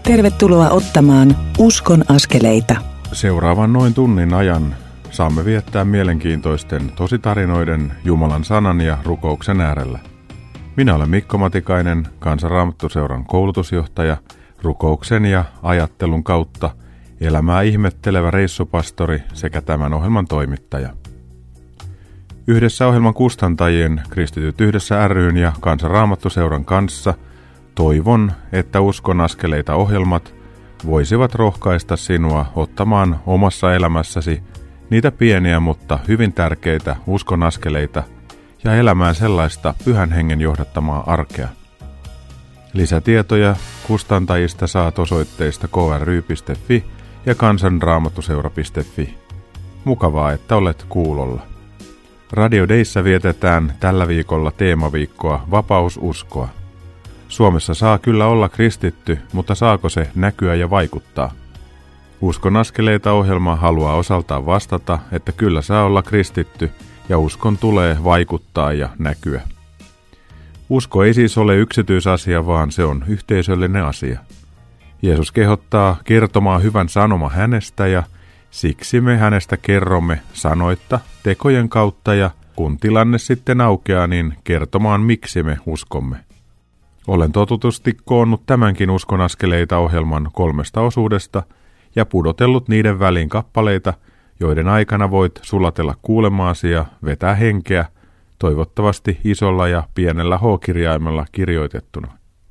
Tervetuloa ottamaan Uskon askeleita. Seuraavan noin tunnin ajan saamme viettää mielenkiintoisten tositarinoiden, Jumalan sanan ja rukouksen äärellä. Minä olen Mikko Matikainen, Kansan Raamattuseuran koulutusjohtaja, rukouksen ja ajattelun kautta elämää ihmettelevä reissupastori sekä tämän ohjelman toimittaja. Yhdessä ohjelman kustantajien Kristityt yhdessä ry:n ja Kansan Raamattuseuran kanssa toivon, että Uskon askeleita -ohjelmat voisivat rohkaista sinua ottamaan omassa elämässäsi niitä pieniä, mutta hyvin tärkeitä uskon askeleita ja elämään sellaista Pyhän Hengen johdattamaa arkea. Lisätietoja kustantajista saat osoitteista kry.fi ja kansanraamattuseura.fi. Mukavaa, että olet kuulolla. Radio Dayssä vietetään tällä viikolla teemaviikkoa Vapaususkoa. Suomessa saa kyllä olla kristitty, mutta saako se näkyä ja vaikuttaa? Uskon askeleita -ohjelma haluaa osaltaan vastata, että kyllä saa olla kristitty ja uskon tulee vaikuttaa ja näkyä. Usko ei siis ole yksityisasia, vaan se on yhteisöllinen asia. Jeesus kehottaa kertomaan hyvän sanoma hänestä ja siksi me hänestä kerromme sanoitta tekojen kautta ja kun tilanne sitten aukeaa, niin kertomaan miksi me uskomme. Olen totutusti koonnut tämänkin Uskon askeleita -ohjelman 3 osuudesta ja pudotellut niiden väliin kappaleita, joiden aikana voit sulatella kuulemaasi ja vetää henkeä, toivottavasti isolla ja pienellä H-kirjaimella kirjoitettuna.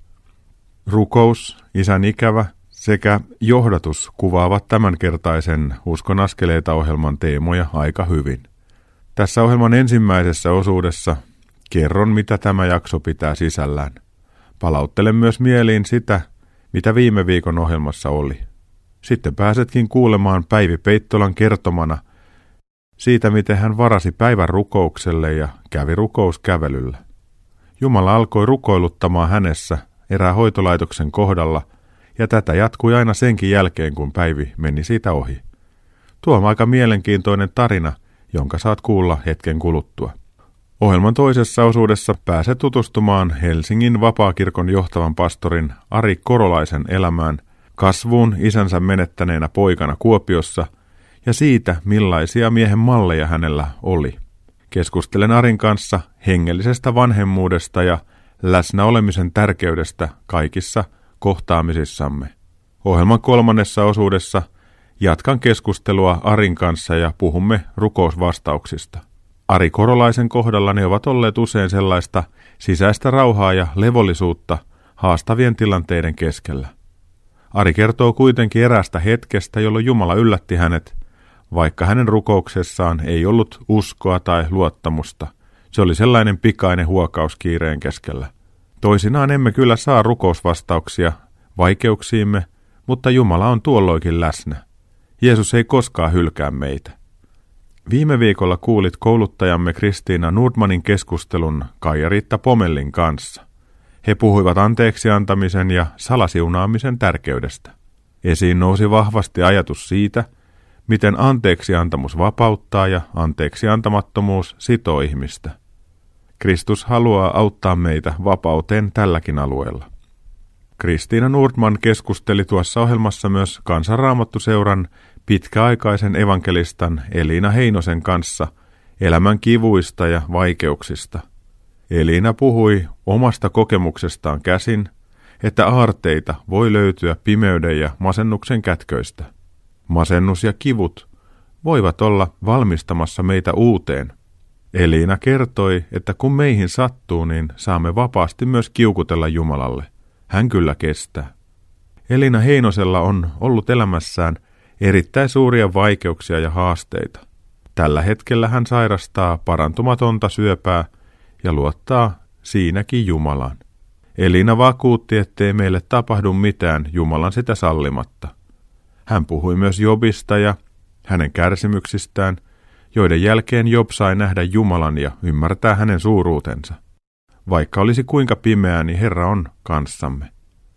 Rukous, Isän ikävä sekä johdatus kuvaavat tämänkertaisen Uskon askeleita -ohjelman teemoja aika hyvin. Tässä ohjelman ensimmäisessä osuudessa kerron, mitä tämä jakso pitää sisällään. Palauttelen myös mieliin sitä, mitä viime viikon ohjelmassa oli. Sitten pääsetkin kuulemaan Päivi Peittolan kertomana siitä, miten hän varasi päivän rukoukselle ja kävi rukouskävelyllä. Jumala alkoi rukoiluttamaan hänessä erään hoitolaitoksen kohdalla, ja tätä jatkui aina senkin jälkeen, kun Päivi meni siitä ohi. Tuo on aika mielenkiintoinen tarina, jonka saat kuulla hetken kuluttua. Ohjelman toisessa osuudessa pääset tutustumaan Helsingin Vapaakirkon johtavan pastorin Ari Korolaisen elämään, kasvuun isänsä menettäneenä poikana Kuopiossa ja siitä, millaisia miehen malleja hänellä oli. Keskustelen Arin kanssa hengellisestä vanhemmuudesta ja läsnäolemisen tärkeydestä kaikissa kohtaamisissamme. Ohjelman 3. osuudessa jatkan keskustelua Arin kanssa ja puhumme rukousvastauksista. Ari Korolaisen kohdalla ne ovat olleet usein sellaista sisäistä rauhaa ja levollisuutta haastavien tilanteiden keskellä. Ari kertoo kuitenkin eräästä hetkestä, jolloin Jumala yllätti hänet, vaikka hänen rukouksessaan ei ollut uskoa tai luottamusta. Se oli sellainen pikainen huokaus kiireen keskellä. Toisinaan emme kyllä saa rukousvastauksia vaikeuksiimme, mutta Jumala on tuolloinkin läsnä. Jeesus ei koskaan hylkää meitä. Viime viikolla kuulit kouluttajamme Kristiina Nordmanin keskustelun Kaija-Riitta Pomellin kanssa. He puhuivat anteeksiantamisen ja salasiunaamisen tärkeydestä. Esiin nousi vahvasti ajatus siitä, miten anteeksiantamus vapauttaa ja anteeksiantamattomuus sitoo ihmistä. Kristus haluaa auttaa meitä vapauteen tälläkin alueella. Kristiina Nordman keskusteli tuossa ohjelmassa myös Kansan Raamattuseuran pitkäaikaisen evankelistan Elina Heinosen kanssa elämän kivuista ja vaikeuksista. Elina puhui omasta kokemuksestaan käsin, että aarteita voi löytyä pimeyden ja masennuksen kätköistä. Masennus ja kivut voivat olla valmistamassa meitä uuteen. Elina kertoi, että kun meihin sattuu, niin saamme vapaasti myös kiukutella Jumalalle. Hän kyllä kestää. Elina Heinosella on ollut elämässään erittäin suuria vaikeuksia ja haasteita. Tällä hetkellä hän sairastaa parantumatonta syöpää ja luottaa siinäkin Jumalaan. Elina vakuutti, ettei meille tapahdu mitään Jumalan sitä sallimatta. Hän puhui myös Jobista ja hänen kärsimyksistään, joiden jälkeen Job sai nähdä Jumalan ja ymmärtää hänen suuruutensa. Vaikka olisi kuinka pimeää, niin Herra on kanssamme.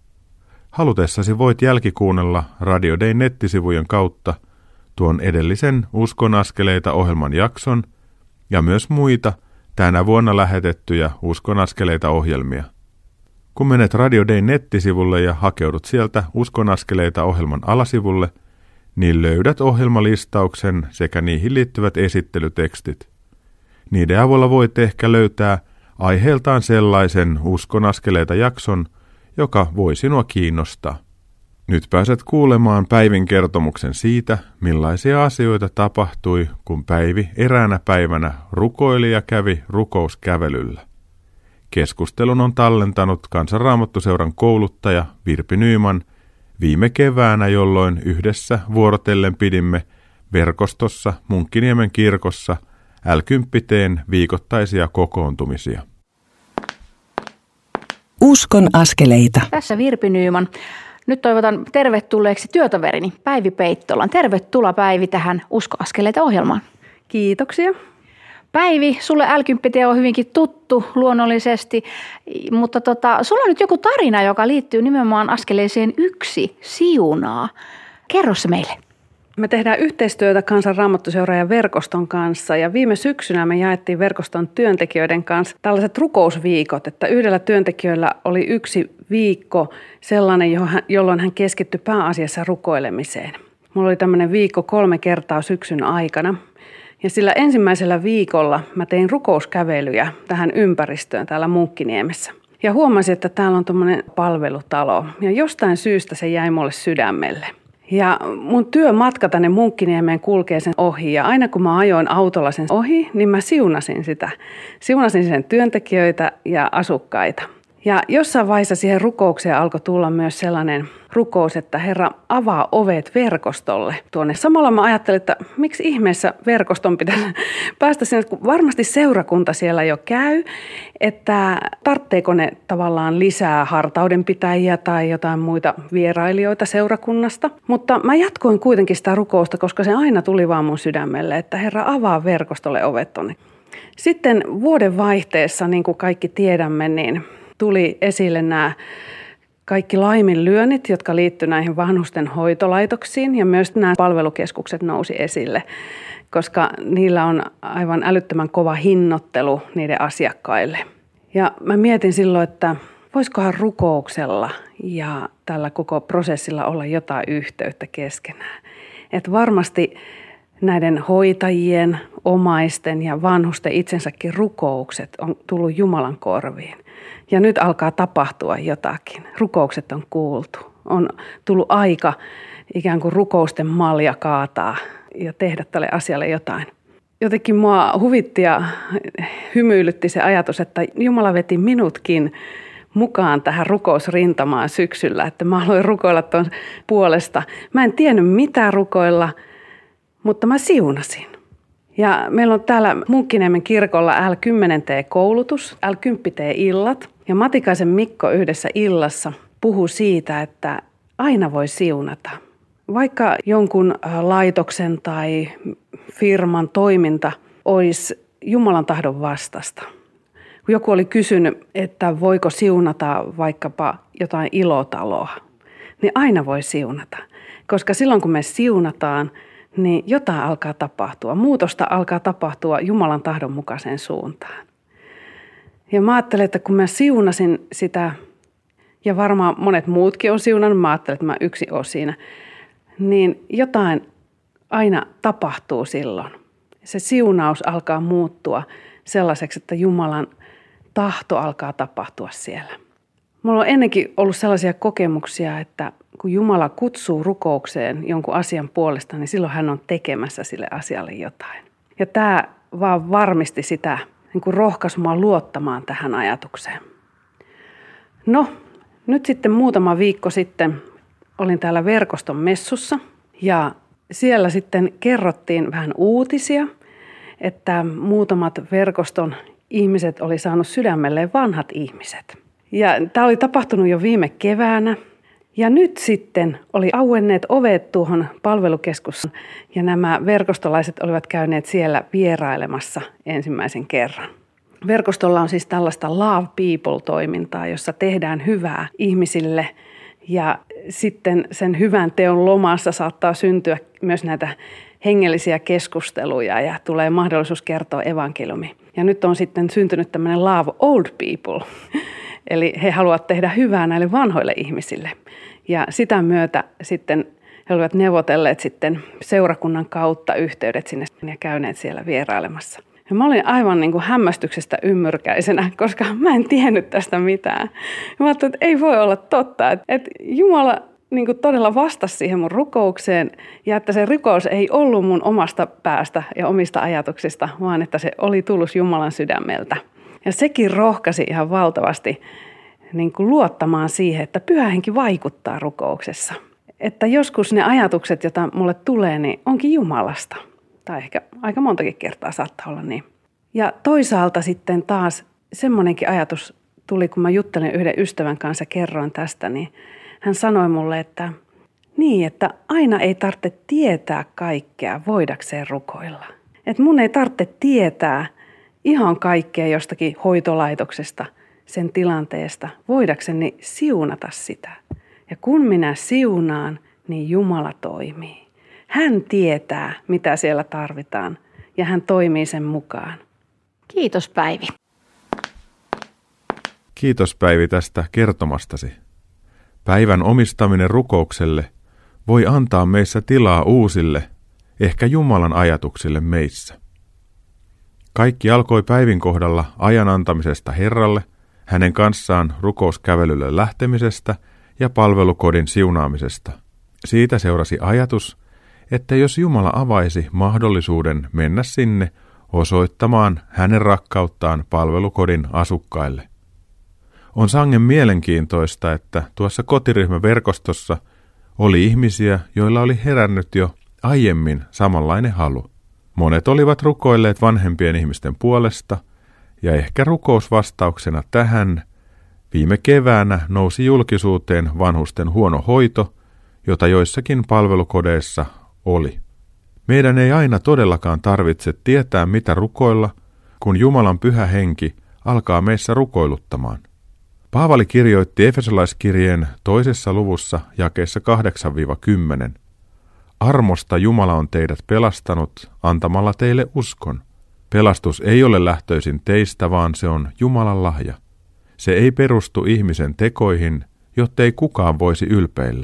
Halutessasi voit jälkikuunnella Radio Day nettisivujen kautta tuon edellisen Uskon askeleita -ohjelman jakson ja myös muita tänä vuonna lähetettyjä Uskon askeleita -ohjelmia. Kun menet Radio Dayn nettisivulle ja hakeudut sieltä Uskon askeleita -ohjelman alasivulle, niin löydät ohjelmalistauksen sekä niihin liittyvät esittelytekstit. Niiden avulla voit ehkä löytää aiheeltaan sellaisen Uskon askeleita -jakson, joka voi sinua kiinnostaa. Nyt pääset kuulemaan Päivin kertomuksen siitä, millaisia asioita tapahtui, kun Päivi eräänä päivänä rukoili ja kävi rukouskävelyllä. Keskustelun on tallentanut Kansanraamattuseuran kouluttaja Virpi Nyman viime keväänä, jolloin yhdessä vuorotellen pidimme verkostossa Munkkiniemen kirkossa L10:n viikoittaisia kokoontumisia. Uskon askeleita. Tässä Virpi Nyman. Nyt toivotan tervetulleeksi työtoverini Päivi Peittolan. Tervetuloa Päivi tähän Uskon askeleita -ohjelmaan. Kiitoksia. Päivi, sulle L10 on hyvinkin tuttu luonnollisesti, mutta sulla on nyt joku tarina, joka liittyy nimenomaan askeleeseen 1, siunaa. Kerro se meille. Me tehdään yhteistyötä Kansanraamattuseuran ja verkoston kanssa ja viime syksynä me jaettiin verkoston työntekijöiden kanssa tällaiset rukousviikot, että yhdellä työntekijöllä oli 1 viikko sellainen, jolloin hän keskittyi pääasiassa rukoilemiseen. Mulla oli tämmöinen viikko 3 kertaa syksyn aikana. Ja sillä ensimmäisellä viikolla mä tein rukouskävelyjä tähän ympäristöön täällä Munkkiniemessä. Ja huomasin, että täällä on tommoinen palvelutalo ja jostain syystä se jäi mulle sydämelle. Ja mun työmatka tänne Munkkiniemeen kulkee sen ohi ja aina kun mä ajoin autolla sen ohi, niin mä siunasin sitä. Siunasin sen työntekijöitä ja asukkaita. Ja jossain vaiheessa siihen rukoukseen alkoi tulla myös sellainen rukous, että Herra avaa ovet verkostolle tuonne. Samalla mä ajattelin, että miksi ihmeessä verkoston pitäisi päästä sinne, kun varmasti seurakunta siellä jo käy, että tarvitseeko ne tavallaan lisää hartaudenpitäjiä tai jotain muita vierailijoita seurakunnasta. Mutta mä jatkoin kuitenkin sitä rukousta, koska se aina tuli vaan mun sydämelle, että Herra avaa verkostolle ovet tonne. Sitten vuoden vaihteessa, niin kuin kaikki tiedämme, niin tuli esille nämä kaikki laiminlyönnit, jotka liittyivät näihin vanhusten hoitolaitoksiin ja myös nämä palvelukeskukset nousi esille, koska niillä on aivan älyttömän kova hinnoittelu niiden asiakkaille. Ja mä mietin silloin, että voisikohan rukouksella ja tällä koko prosessilla olla jotain yhteyttä keskenään. Että varmasti näiden hoitajien, omaisten ja vanhusten itsensäkin rukoukset on tullut Jumalan korviin. Ja nyt alkaa tapahtua jotakin. Rukoukset on kuultu. On tullut aika ikään kuin rukousten malja kaataa ja tehdä tälle asialle jotain. Jotenkin mua huvitti ja hymyilytti se ajatus, että Jumala veti minutkin mukaan tähän rukousrintamaan syksyllä, että mä aloin rukoilla tuon puolesta. Mä en tiennyt mitä rukoilla, mutta mä siunasin. Ja meillä on täällä Munkkiniemen kirkolla L10T-koulutus, L10T-illat. Ja Matikaisen Mikko yhdessä illassa puhuu siitä, että aina voi siunata. Vaikka jonkun laitoksen tai firman toiminta olisi Jumalan tahdon vastasta. Kun joku oli kysynyt, että voiko siunata vaikkapa jotain ilotaloa, niin aina voi siunata. Koska silloin kun me siunataan, niin jotain alkaa tapahtua. Muutosta alkaa tapahtua Jumalan tahdon mukaiseen suuntaan. Ja mä ajattelen, että kun mä siunasin sitä, ja varmaan monet muutkin on siunannut, mä ajattelen, että mä yksin olen siinä, niin jotain aina tapahtuu silloin. Se siunaus alkaa muuttua sellaiseksi, että Jumalan tahto alkaa tapahtua siellä. Mulla on ennenkin ollut sellaisia kokemuksia, että kun Jumala kutsuu rukoukseen jonkun asian puolesta, niin silloin hän on tekemässä sille asialle jotain. Ja tämä vaan varmisti sitä, niin kuin rohkaisi mua luottamaan tähän ajatukseen. No, nyt sitten muutama viikko sitten olin täällä verkoston messussa ja siellä sitten kerrottiin vähän uutisia, että muutamat verkoston ihmiset oli saanut sydämelleen vanhat ihmiset. Ja tämä oli tapahtunut jo viime keväänä. Ja nyt sitten oli auenneet ovet tuohon palvelukeskukseen ja nämä verkostolaiset olivat käyneet siellä vierailemassa ensimmäisen kerran. Verkostolla on siis tällaista Love People-toimintaa, jossa tehdään hyvää ihmisille ja sitten sen hyvän teon lomassa saattaa syntyä myös näitä hengellisiä keskusteluja ja tulee mahdollisuus kertoa evankeliumi. Ja nyt on sitten syntynyt tämmöinen Love Old People. Eli he haluavat tehdä hyvää näille vanhoille ihmisille. Ja sitä myötä sitten he olivat neuvotelleet sitten seurakunnan kautta yhteydet sinne ja käyneet siellä vierailemassa. Ja mä olin aivan niin kuin hämmästyksestä ymmyrkäisenä, koska mä en tiennyt tästä mitään. Ja mä ajattelin, että ei voi olla totta, että Jumala niin kuin todella vastasi siihen mun rukoukseen ja että se rukous ei ollut mun omasta päästä ja omista ajatuksista, vaan että se oli tullut Jumalan sydämeltä. Ja sekin rohkaisi ihan valtavasti niin kuin luottamaan siihen, että Pyhä Henki vaikuttaa rukouksessa. Että joskus ne ajatukset, joita mulle tulee, niin onkin Jumalasta. Tai ehkä aika montakin kertaa saattaa olla niin. Ja toisaalta sitten taas semmoinenkin ajatus tuli, kun mä juttelin yhden ystävän kanssa, kerroin tästä, niin hän sanoi mulle, että aina ei tarvitse tietää kaikkea voidakseen rukoilla. Että mun ei tarvitse tietää ihan kaikkea jostakin hoitolaitoksesta, sen tilanteesta, voidakseni siunata sitä. Ja kun minä siunaan, niin Jumala toimii. Hän tietää, mitä siellä tarvitaan, ja hän toimii sen mukaan. Kiitos Päivi. Kiitos Päivi tästä kertomastasi. Päivän omistaminen rukoukselle voi antaa meissä tilaa uusille, ehkä Jumalan ajatuksille meissä. Kaikki alkoi Päivin kohdalla ajan antamisesta Herralle, hänen kanssaan rukouskävelylle lähtemisestä ja palvelukodin siunaamisesta. Siitä seurasi ajatus, että jos Jumala avaisi mahdollisuuden mennä sinne osoittamaan hänen rakkauttaan palvelukodin asukkaille. On sangen mielenkiintoista, että tuossa kotiryhmäverkostossa oli ihmisiä, joilla oli herännyt jo aiemmin samanlainen halu. Monet olivat rukoilleet vanhempien ihmisten puolesta, ja ehkä rukousvastauksena tähän viime keväänä nousi julkisuuteen vanhusten huono hoito, jota joissakin palvelukodeissa oli. Meidän ei aina todellakaan tarvitse tietää, mitä rukoilla, kun Jumalan Pyhä Henki alkaa meissä rukoiluttamaan. Paavali kirjoitti Efesolaiskirjeen 2. luvussa jakeessa 8-10. Armosta Jumala on teidät pelastanut antamalla teille uskon. Pelastus ei ole lähtöisin teistä, vaan se on Jumalan lahja. Se ei perustu ihmisen tekoihin, jottei kukaan voisi ylpeillä.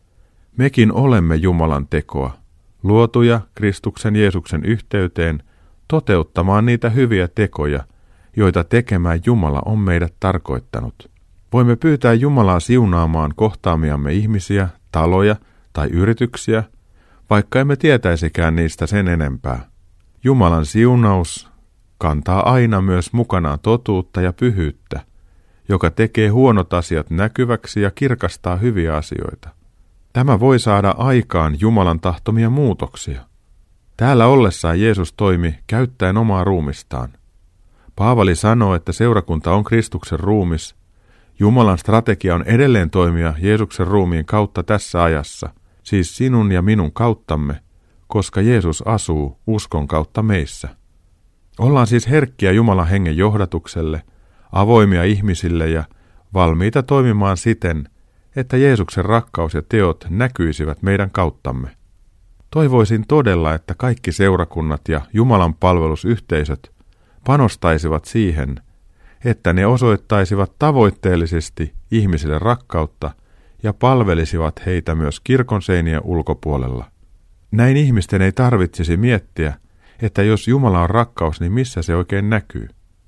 Mekin olemme Jumalan tekoa, luotuja Kristuksen Jeesuksen yhteyteen toteuttamaan niitä hyviä tekoja, joita tekemään Jumala on meidät tarkoittanut. Voimme pyytää Jumalaa siunaamaan kohtaamiamme ihmisiä, taloja tai yrityksiä, vaikka emme tietäisikään niistä sen enempää. Jumalan siunaus kantaa aina myös mukanaan totuutta ja pyhyyttä, joka tekee huonot asiat näkyväksi ja kirkastaa hyviä asioita. Tämä voi saada aikaan Jumalan tahtomia muutoksia. Täällä ollessaan Jeesus toimi käyttäen omaa ruumistaan. Paavali sanoo, että seurakunta on Kristuksen ruumis. Jumalan strategia on edelleen toimia Jeesuksen ruumiin kautta tässä ajassa, siis sinun ja minun kauttamme, koska Jeesus asuu uskon kautta meissä. Ollaan siis herkkiä Jumalan hengen johdatukselle, avoimia ihmisille ja valmiita toimimaan siten, että Jeesuksen rakkaus ja teot näkyisivät meidän kauttamme. Toivoisin todella, että kaikki seurakunnat ja Jumalan palvelusyhteisöt panostaisivat siihen, että ne osoittaisivat tavoitteellisesti ihmisille rakkautta ja palvelisivat heitä myös kirkon seinien ulkopuolella. Näin ihmisten ei tarvitsisi miettiä, että jos Jumala on rakkaus, niin missä se oikein näkyy.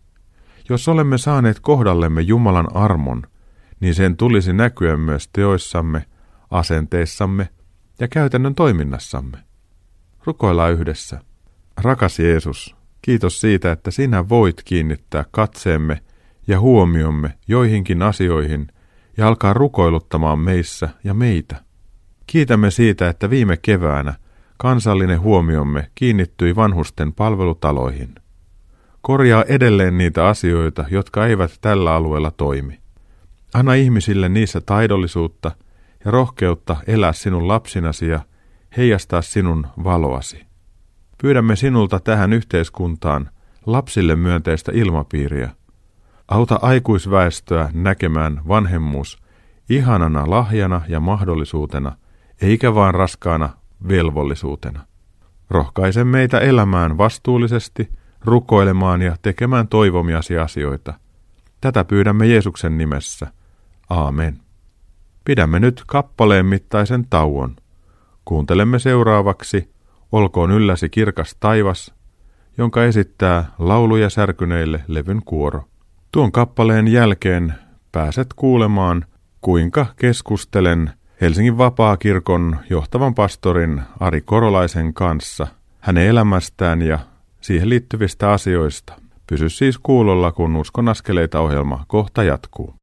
Jos olemme saaneet kohdallemme Jumalan armon, niin sen tulisi näkyä myös teoissamme, asenteissamme ja käytännön toiminnassamme. Rukoillaan yhdessä. Rakas Jeesus, kiitos siitä, että sinä voit kiinnittää katseemme ja huomiomme joihinkin asioihin ja alkaa rukoiluttamaan meissä ja meitä. Kiitämme siitä, että viime keväänä kansallinen huomiomme kiinnittyi vanhusten palvelutaloihin. Korjaa edelleen niitä asioita, jotka eivät tällä alueella toimi. Anna ihmisille niissä taidollisuutta ja rohkeutta elää sinun lapsinasi ja heijastaa sinun valoasi. Pyydämme sinulta tähän yhteiskuntaan lapsille myönteistä ilmapiiriä. Auta aikuisväestöä näkemään vanhemmuus ihanana lahjana ja mahdollisuutena, eikä vaan raskaana velvollisuutena. Rohkaise meitä elämään vastuullisesti, rukoilemaan ja tekemään toivomiasi asioita. Tätä pyydämme Jeesuksen nimessä. Aamen. Pidämme nyt kappaleen mittaisen tauon. Kuuntelemme seuraavaksi Olkoon ylläsi kirkas taivas, jonka esittää lauluja särkyneille levyn kuoro. Tuon kappaleen jälkeen pääset kuulemaan, kuinka keskustelen Helsingin Vapaakirkon johtavan pastorin Ari Korolaisen kanssa hänen elämästään ja siihen liittyvistä asioista. Pysy siis kuulolla, kun Uskon askeleita -ohjelma kohta jatkuu.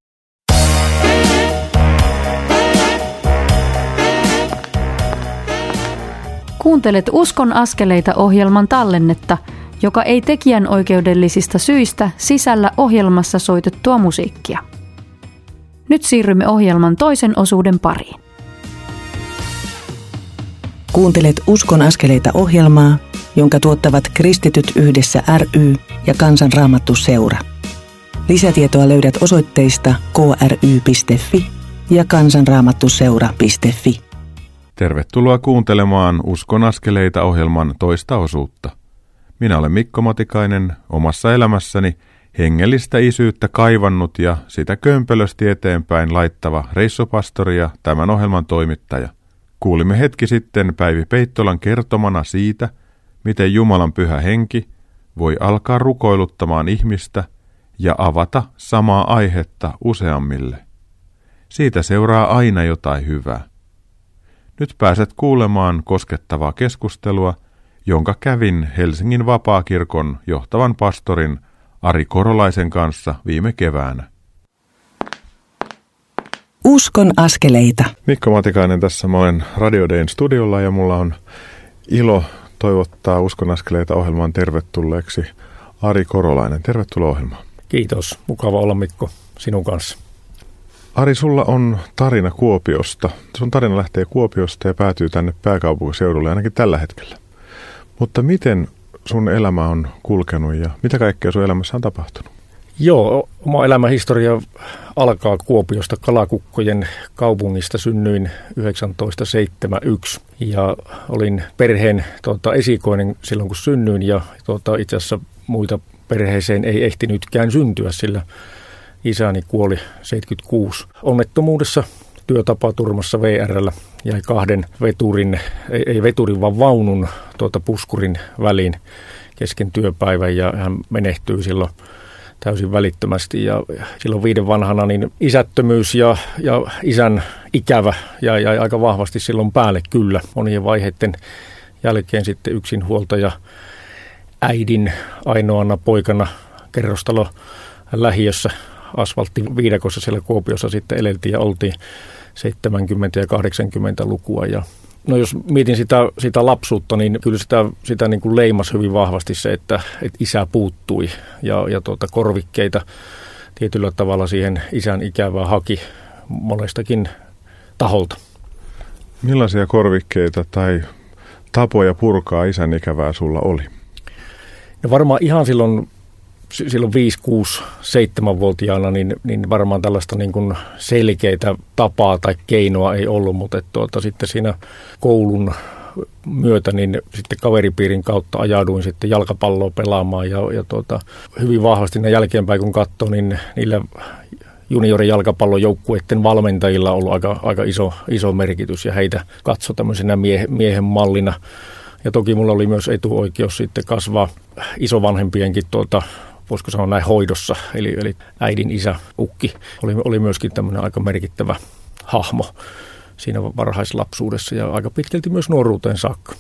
Kuuntelet Uskon askeleita -ohjelman tallennetta, joka ei tekijänoikeudellisista syistä sisällä ohjelmassa soitettua musiikkia. Nyt siirrymme ohjelman toisen osuuden pariin. Kuuntelet Uskon askeleita -ohjelmaa, jonka tuottavat Kristityt yhdessä ry ja Kansan Raamattu Seura. Lisätietoa löydät osoitteista kry.fi ja kansanraamattuseura.fi. Tervetuloa kuuntelemaan Uskon askeleita -ohjelman toista osuutta. Minä olen Mikko Matikainen, omassa elämässäni hengellistä isyyttä kaivannut ja sitä kömpelösti eteenpäin laittava reissupastori ja tämän ohjelman toimittaja. Kuulimme hetki sitten Päivi Peittolan kertomana siitä, miten Jumalan pyhä henki voi alkaa rukoiluttamaan ihmistä ja avata samaa aihetta useammille. Siitä seuraa aina jotain hyvää. Nyt pääset kuulemaan koskettavaa keskustelua, jonka kävin Helsingin Vapaakirkon johtavan pastorin Ari Korolaisen kanssa viime keväänä. Uskon askeleita. Mikko Matikainen tässä, mä olen Radio Dayn studiolla ja mulla on ilo toivottaa Uskon askeleita -ohjelmaan tervetulleeksi Ari Korolainen. Tervetuloa ohjelmaan. Kiitos, mukava olla Mikko sinun kanssa. Ari, sulla on tarina Kuopiosta. Sun tarina lähtee Kuopiosta ja päätyy tänne pääkaupunkiseudulle ainakin tällä hetkellä. Mutta miten sun elämä on kulkenut ja mitä kaikkea sun elämässä on tapahtunut? Joo, oma elämähistoria alkaa Kuopiosta Kalakukkojen kaupungista. Synnyin 1971 ja olin perheen esikoinen silloin kun synnyin ja itse asiassa muita perheeseen ei ehtinytkään syntyä, sillä isäni kuoli 76 onnettomuudessa työtapaturmassa VR:llä. Jäi 2 veturin, ei veturin vaan vaunun puskurin väliin kesken työpäivän ja hän menehtyi silloin täysin välittömästi. Ja silloin 5 vanhana niin isättömyys ja isän ikävä jäi aika vahvasti silloin päälle kyllä. Monien vaiheiden jälkeen sitten yksinhuoltaja äidin ainoana poikana kerrostalo lähiössä asfalttiviidakossa siellä Kuopiossa sitten eleltiin ja oltiin 70- ja 80-lukua. Ja no jos mietin sitä lapsuutta, niin kyllä sitä niin kuin leimasi hyvin vahvasti se, että isä puuttui ja korvikkeita tietyllä tavalla siihen isän ikävää haki monestakin taholta. Millaisia korvikkeita tai tapoja purkaa isän ikävää sulla oli? No varmaan ihan silloin 5, 6, 7-vuotiaana niin varmaan tällaista niin kuin selkeitä tapaa tai keinoa ei ollut, mutta sitten siinä koulun myötä niin sitten kaveripiirin kautta ajauduin sitten jalkapalloa pelaamaan ja hyvin vahvasti ne jälkeenpäin kun katsoo, niin niillä juniorijalkapallojoukkueiden valmentajilla on ollut aika iso merkitys ja heitä katsoi tämmöisenä miehen mallina. Ja toki mulla oli myös etuoikeus sitten kasvaa isovanhempienkin voisiko sanoa näin hoidossa, eli äidin isä ukki oli myöskin tämmöinen aika merkittävä hahmo siinä varhaislapsuudessa ja aika pitkälti myös nuoruuteen saakka.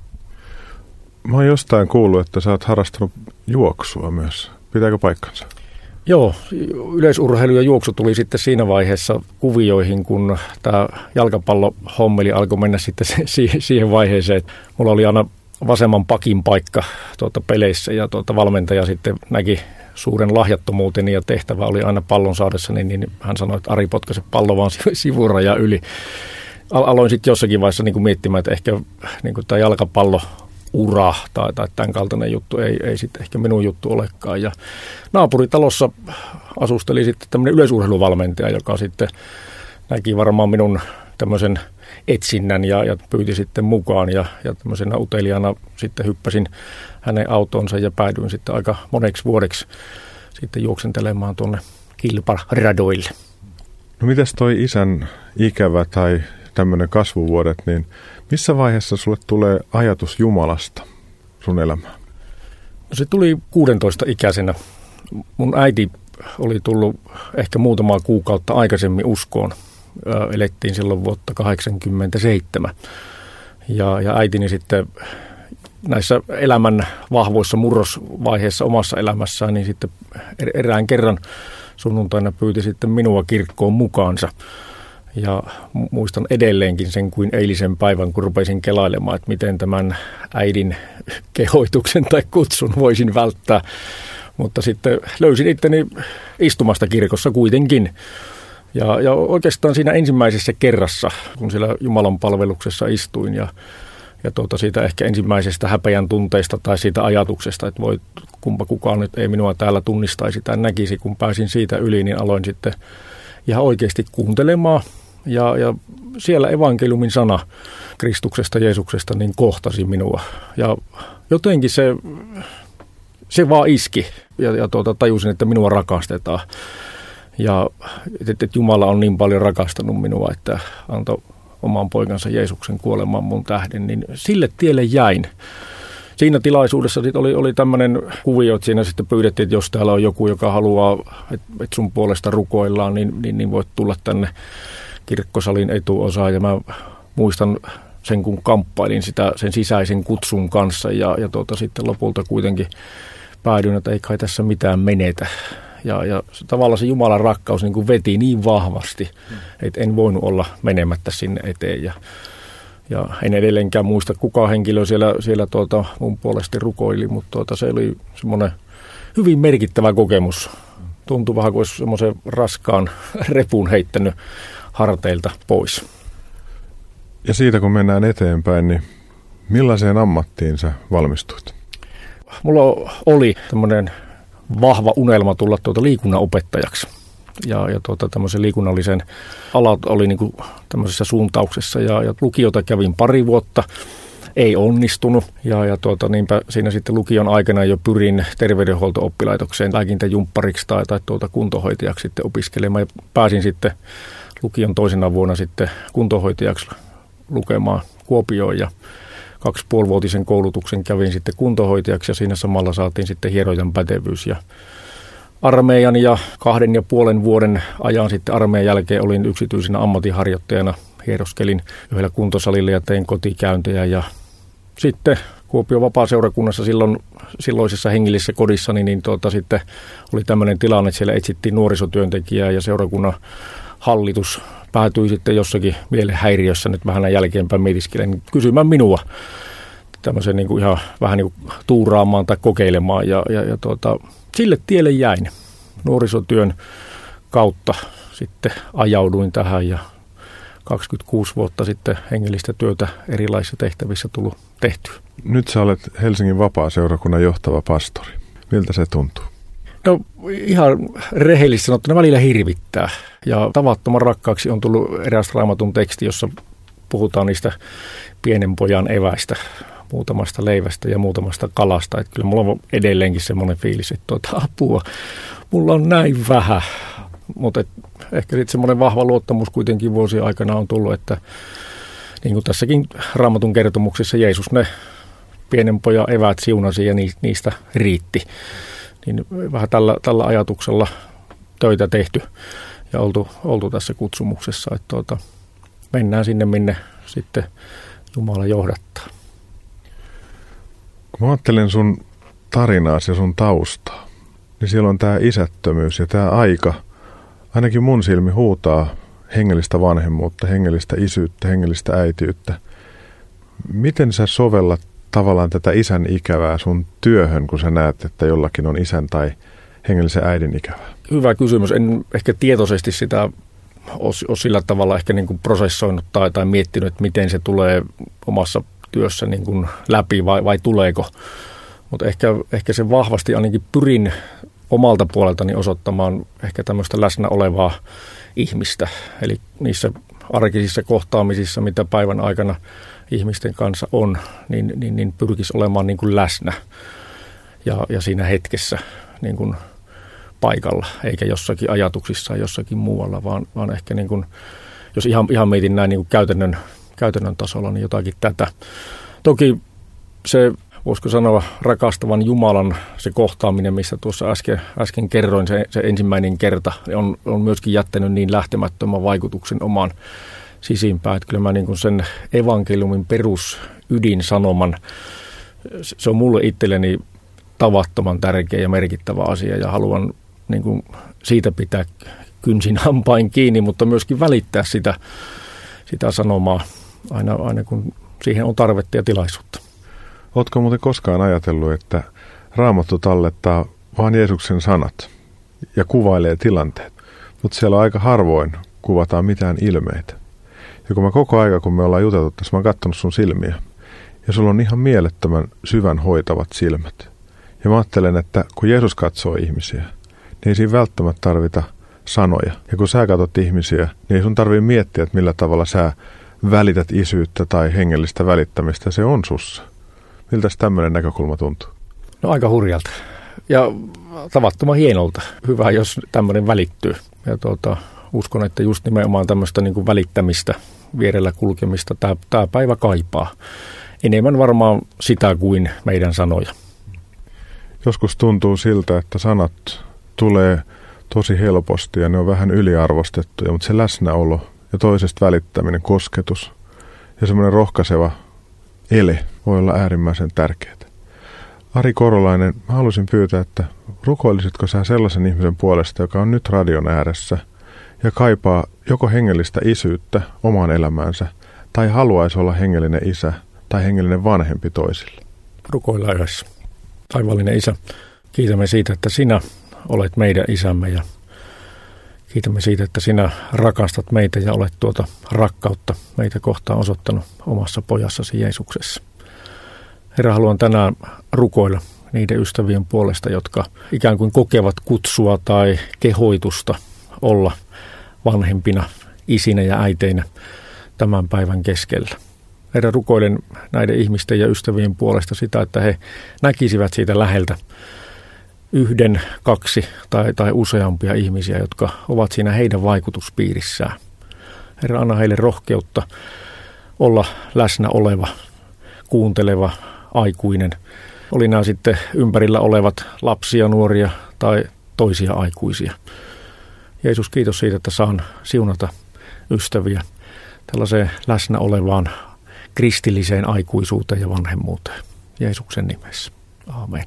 Mä oon jostain kuullut, että sä oot harrastanut juoksua myös. Pitääkö paikkansa? Joo, yleisurheilu ja juoksu tuli sitten siinä vaiheessa kuvioihin, kun tämä jalkapallohommeli alkoi mennä sitten siihen vaiheeseen, että mulla oli aina vasemman pakin paikka peleissä ja valmentaja sitten näki suuren lahjattomuuteni ja tehtävä oli aina pallon saadessa, niin hän sanoi, että Ari, potkaise pallo vaan sivuraja yli. Aloin sitten jossakin vaiheessa niin kuin miettimään, että ehkä niin kuin tämä jalkapalloura tai tämän kaltainen juttu ei sitten ehkä minun juttu olekaan. Ja naapuritalossa asusteli sitten tämmöinen yleisurheiluvalmentaja, joka sitten näki varmaan minun tämmöisen etsinnän ja pyyti sitten mukaan ja tämmöisenä uteliaana sitten hyppäsin hänen autonsa ja päädyin sitten aika moneksi vuodeksi sitten juoksentelemaan tuonne kilparadoille. No mites toi isän ikävä tai tämmöinen kasvuvuodet, niin missä vaiheessa sulle tulee ajatus Jumalasta sun elämään? No se tuli 16-ikäisenä. Mun äiti oli tullut ehkä muutamaa kuukautta aikaisemmin uskoon. Elettiin silloin vuotta 1987. Ja äitini sitten näissä elämän vahvoissa murrosvaiheissa omassa elämässään, niin sitten erään kerran sunnuntaina pyyti sitten minua kirkkoon mukaansa. Ja muistan edelleenkin sen kuin eilisen päivän, kun rupesin kelailemaan, että miten tämän äidin kehoituksen tai kutsun voisin välttää. Mutta sitten löysin itteni istumasta kirkossa kuitenkin. Ja oikeastaan siinä ensimmäisessä kerrassa, kun siellä Jumalan palveluksessa istuin ja siitä ehkä ensimmäisestä häpeän tunteista tai siitä ajatuksesta, että voi kumpa kukaan nyt ei minua täällä tunnistaisi tai näkisi, kun pääsin siitä yli, niin aloin sitten ihan oikeasti kuuntelemaan. Ja siellä evankeliumin sana Kristuksesta, Jeesuksesta, niin kohtasi minua. Ja jotenkin se vaan iski ja tajusin, että minua rakastetaan. Ja että Jumala on niin paljon rakastanut minua, että antoi oman poikansa Jeesuksen kuolemaan mun tähden, niin sille tielle jäin. Siinä tilaisuudessa oli tämmöinen kuvio, että siinä sitten pyydettiin, että jos täällä on joku, joka haluaa, että sun puolesta rukoillaan, niin voit tulla tänne kirkkosalin etuosaan. Ja mä muistan sen, kun kamppailin sen sisäisen kutsun kanssa ja sitten lopulta kuitenkin päädyin, että ei kai tässä mitään menetä. Ja tavallaan se Jumalan rakkaus niin kuin veti niin vahvasti, että en voinut olla menemättä sinne eteen. Ja en edelleenkään muista, kuka henkilö siellä mun puolesti rukoili, mutta se oli semmoinen hyvin merkittävä kokemus. Tuntui vähän kuin olisi semmoisen raskaan repun heittänyt harteilta pois. Ja siitä kun mennään eteenpäin, niin millaiseen ammattiin sä valmistuit? Mulla oli tämmöinen vahva unelma tulla liikunnanopettajaksi. Ja tämmöisen liikunnallisen alat oli niin kuin tämmöisessä suuntauksessa ja lukiota kävin pari vuotta, ei onnistunut ja niinpä siinä sitten lukion aikana jo pyrin terveydenhuolto-oppilaitokseen lääkintäjumppariksi tai kuntohoitajaksi sitten opiskelemaan ja pääsin sitten lukion toisena vuonna sitten kuntohoitajaksi lukemaan Kuopioon ja 2,5-vuotisen koulutuksen kävin sitten kuntohoitajaksi ja siinä samalla saatiin sitten hierojan pätevyys ja armeijan ja 2,5 vuoden ajan sitten armeijan jälkeen olin yksityisenä ammatinharjoittajana. Hieroskelin yhdellä kuntosalilla ja tein kotikäyntejä ja sitten Kuopion vapaaseurakunnassa silloisessa hengellisessä kodissani niin sitten oli tämmöinen tilanne, että siellä etsittiin nuorisotyöntekijää ja seurakunnan hallitus päätyi sitten jossakin mielenhäiriössä nyt vähän jälkeenpäin mietiskelen kysymään minua tämmöisen niin kuin ihan vähän niin kuin tuuraamaan tai kokeilemaan ja sille tielle jäin. Nuorisotyön kautta sitten ajauduin tähän ja 26 vuotta sitten hengellistä työtä erilaisissa tehtävissä tullut tehtyä. Nyt sä olet Helsingin vapaaseurakunnan johtava pastori. Miltä se tuntuu? No ihan rehellisesti sanottuna välillä hirvittää. Ja tavattoman rakkaaksi on tullut eräs Raamatun teksti, jossa puhutaan niistä pienen pojan eväistä, muutamasta leivästä ja muutamasta kalasta. Että kyllä mulla on edelleenkin semmoinen fiilis, että apua, mulla on näin vähän. Mutta ehkä sitten semmoinen vahva luottamus kuitenkin vuosien aikana on tullut, että niin kuin tässäkin Raamatun kertomuksessa Jeesus ne pienen pojan eväät siunasi ja niistä riitti. Niin vähän tällä ajatuksella töitä tehty ja oltu tässä kutsumuksessa, että mennään sinne, minne sitten Jumala johdattaa. Kun mä ajattelen sun tarinaasi ja sun taustaa, niin siellä on tämä isättömyys ja tämä aika, ainakin mun silmi huutaa hengellistä vanhemmuutta, hengellistä isyyttä, hengellistä äitiyttä. Miten sä sovellat tavallaan tätä isän ikävää sun työhön, kun sä näet, että jollakin on isän tai hengellisen äidin ikävää? Hyvä kysymys. En ehkä tietoisesti sitä ole sillä tavalla ehkä niin kuin prosessoinut tai miettinyt, että miten se tulee omassa työssä niin kuin läpi vai tuleeko. Mutta ehkä se vahvasti ainakin pyrin omalta puoleltani osoittamaan ehkä tämmöistä läsnä olevaa ihmistä. Eli niissä arkisissa kohtaamisissa, mitä päivän aikana ihmisten kanssa on, niin pyrkisi olemaan niin kuin läsnä ja siinä hetkessä niin kuin paikalla, eikä jossakin ajatuksissa jossakin muualla, vaan ehkä niin kuin, jos ihan mietin näin niin kuin käytännön tasolla, niin jotakin tätä. Toki se, voisiko sanoa, rakastavan Jumalan se kohtaaminen, missä tuossa äsken kerroin, se ensimmäinen kerta, on myöskin jättänyt niin lähtemättömän vaikutuksen omaan sisimpään, että kyllä mä niin kuin sen evankeliumin perusydinsanoman, se on mulle itselleni tavattoman tärkeä ja merkittävä asia ja haluan niin kuin siitä pitää kynsin hampain kiinni, mutta myöskin välittää sitä sanomaa aina kun siihen on tarvetta ja tilaisuutta. Ootko muuten koskaan ajatellut, että Raamattu tallettaa vaan Jeesuksen sanat ja kuvailee tilanteet, mutta siellä aika harvoin kuvataan mitään ilmeitä. Ja kun koko aika, kun me ollaan juteltu tässä, mä oon katsonut sun silmiä ja sulla on ihan mielettömän syvän hoitavat silmät. Ja mä ajattelen, että kun Jeesus katsoo ihmisiä, niin ei siinä välttämättä tarvita sanoja. Ja kun sä katsot ihmisiä, niin ei sun tarvitse miettiä, että millä tavalla sä välität isyyttä tai hengellistä välittämistä. Se on sussa. Miltäs tämmöinen näkökulma tuntuu? No aika hurjalta. Ja tavattoman hienolta. Hyvä, jos tämmöinen välittyy. Ja uskon, että just nimenomaan tämmöistä niin kuin välittämistä, vierellä kulkemista tämä päivä kaipaa. Enemmän varmaan sitä kuin meidän sanoja. Joskus tuntuu siltä, että sanat tulee tosi helposti ja ne on vähän yliarvostettuja, mutta se läsnäolo ja toisesta välittäminen, kosketus ja semmoinen rohkaiseva ele voi olla äärimmäisen tärkeää. Ari Korolainen, mä haluaisin pyytää, että rukoilisitko sä sellaisen ihmisen puolesta, joka on nyt radion ääressä ja kaipaa joko hengellistä isyyttä omaan elämäänsä tai haluaisi olla hengellinen isä tai hengellinen vanhempi toisille? Rukoillaan yhdessä. Taivallinen Isä, kiitämme siitä, että sinä olet meidän isämme ja kiitämme siitä, että sinä rakastat meitä ja olet tuota rakkautta meitä kohtaan osoittanut omassa pojassasi Jeesuksessa. Herra, haluan tänään rukoilla niiden ystävien puolesta, jotka ikään kuin kokevat kutsua tai kehoitusta olla vanhempina, isinä ja äiteinä tämän päivän keskellä. Herra, rukoilen näiden ihmisten ja ystävien puolesta sitä, että he näkisivät siitä läheltä 1, 2 tai useampia ihmisiä, jotka ovat siinä heidän vaikutuspiirissään. Herra, anna heille rohkeutta olla läsnä oleva, kuunteleva aikuinen. Oli nämä sitten ympärillä olevat lapsia, nuoria tai toisia aikuisia. Jeesus, kiitos siitä, että saan siunata ystäviä tällaiseen läsnä olevaan kristilliseen aikuisuuteen ja vanhemmuuteen. Jeesuksen nimessä. Aamen.